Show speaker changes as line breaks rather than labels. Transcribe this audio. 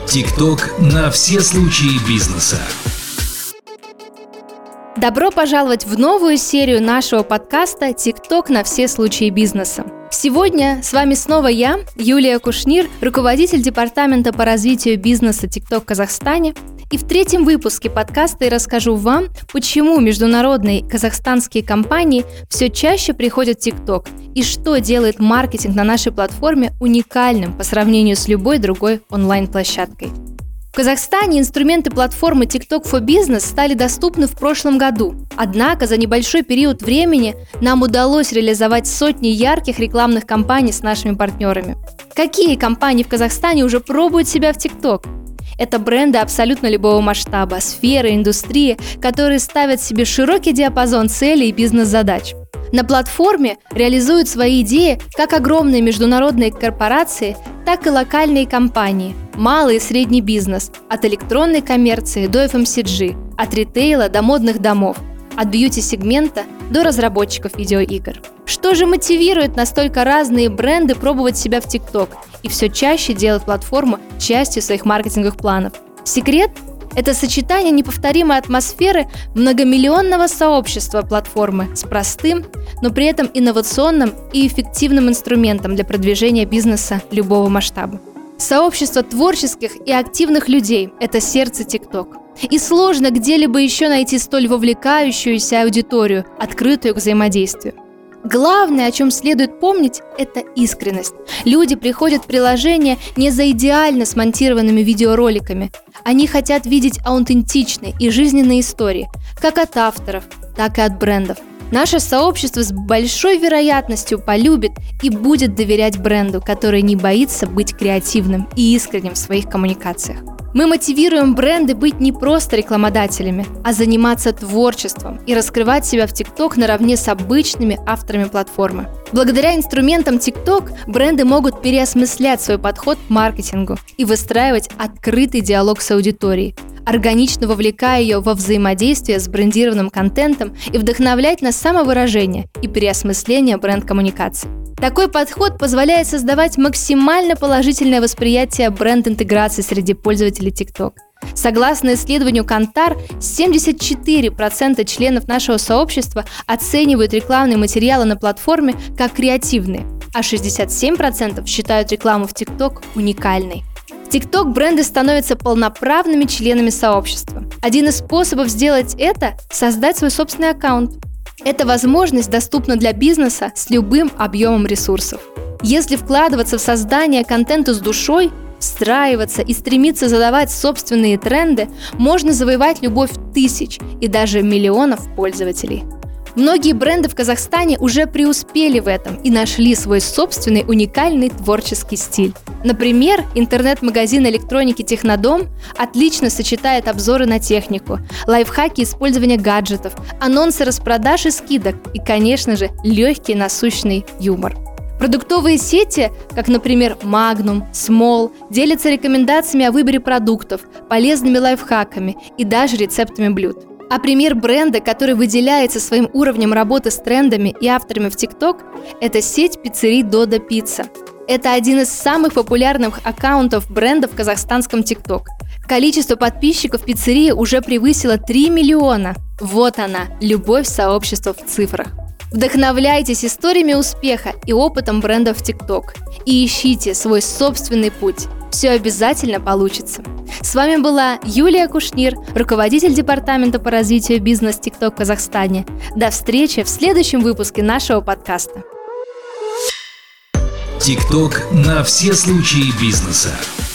ТикТок на все случаи бизнеса.
Добро пожаловать в новую серию нашего подкаста «ТикТок на все случаи бизнеса». Сегодня с вами снова я, Юлия Кушнир, руководитель департамента по развитию бизнеса ТикТок в Казахстане. И в третьем выпуске подкаста я расскажу вам, почему международные казахстанские компании все чаще приходят в ТикТок и что делает маркетинг на нашей платформе уникальным по сравнению с любой другой онлайн-площадкой. В Казахстане инструменты платформы TikTok for Business стали доступны в прошлом году. Однако за небольшой период времени нам удалось реализовать сотни ярких рекламных кампаний с нашими партнерами. Какие компании в Казахстане уже пробуют себя в TikTok? Это бренды абсолютно любого масштаба, сферы, индустрии, которые ставят себе широкий диапазон целей и бизнес-задач. На платформе реализуют свои идеи как огромные международные корпорации, так и локальные компании, малый и средний бизнес, от электронной коммерции до FMCG, от ритейла до модных домов, от бьюти-сегмента до разработчиков видеоигр. Что же мотивирует настолько разные бренды пробовать себя в TikTok и все чаще делать платформу частью своих маркетинговых планов? Секрет – это сочетание неповторимой атмосферы многомиллионного сообщества платформы с простым, но при этом инновационным и эффективным инструментом для продвижения бизнеса любого масштаба. Сообщество творческих и активных людей – это сердце TikTok. И сложно где-либо еще найти столь вовлекающуюся аудиторию, открытую к взаимодействию. Главное, о чем следует помнить, это искренность. Люди приходят в приложение не за идеально смонтированными видеороликами. Они хотят видеть аутентичные и жизненные истории, как от авторов, так и от брендов. Наше сообщество с большой вероятностью полюбит и будет доверять бренду, который не боится быть креативным и искренним в своих коммуникациях. Мы мотивируем бренды быть не просто рекламодателями, а заниматься творчеством и раскрывать себя в TikTok наравне с обычными авторами платформы. Благодаря инструментам TikTok бренды могут переосмыслять свой подход к маркетингу и выстраивать открытый диалог с аудиторией, органично вовлекая ее во взаимодействие с брендированным контентом и вдохновлять на самовыражение и переосмысление бренд-коммуникации. Такой подход позволяет создавать максимально положительное восприятие бренд-интеграции среди пользователей TikTok. Согласно исследованию Kantar, 74% членов нашего сообщества оценивают рекламные материалы на платформе как креативные, а 67% считают рекламу в TikTok уникальной. В TikTok бренды становятся полноправными членами сообщества. Один из способов сделать это – создать свой собственный аккаунт. Эта возможность доступна для бизнеса с любым объемом ресурсов. Если вкладываться в создание контента с душой, встраиваться и стремиться задавать собственные тренды, можно завоевать любовь тысяч и даже миллионов пользователей. Многие бренды в Казахстане уже преуспели в этом и нашли свой собственный уникальный творческий стиль. Например, интернет-магазин электроники «Технодом» отлично сочетает обзоры на технику, лайфхаки использования гаджетов, анонсы распродаж и скидок и, конечно же, легкий насущный юмор. Продуктовые сети, как, например, Magnum, Small, делятся рекомендациями о выборе продуктов, полезными лайфхаками и даже рецептами блюд. А пример бренда, который выделяется своим уровнем работы с трендами и авторами в TikTok, это сеть пиццерий Dodo Pizza. Это один из самых популярных аккаунтов бренда в казахстанском TikTok. Количество подписчиков пиццерии уже превысило 3 миллиона. Вот она, любовь сообщества в цифрах. Вдохновляйтесь историями успеха и опытом брендов в TikTok и ищите свой собственный путь. Все обязательно получится. С вами была Юлия Кушнир, руководитель департамента по развитию бизнеса TikTok в Казахстане. До встречи в следующем выпуске нашего подкаста.
ТикТок на все случаи бизнеса.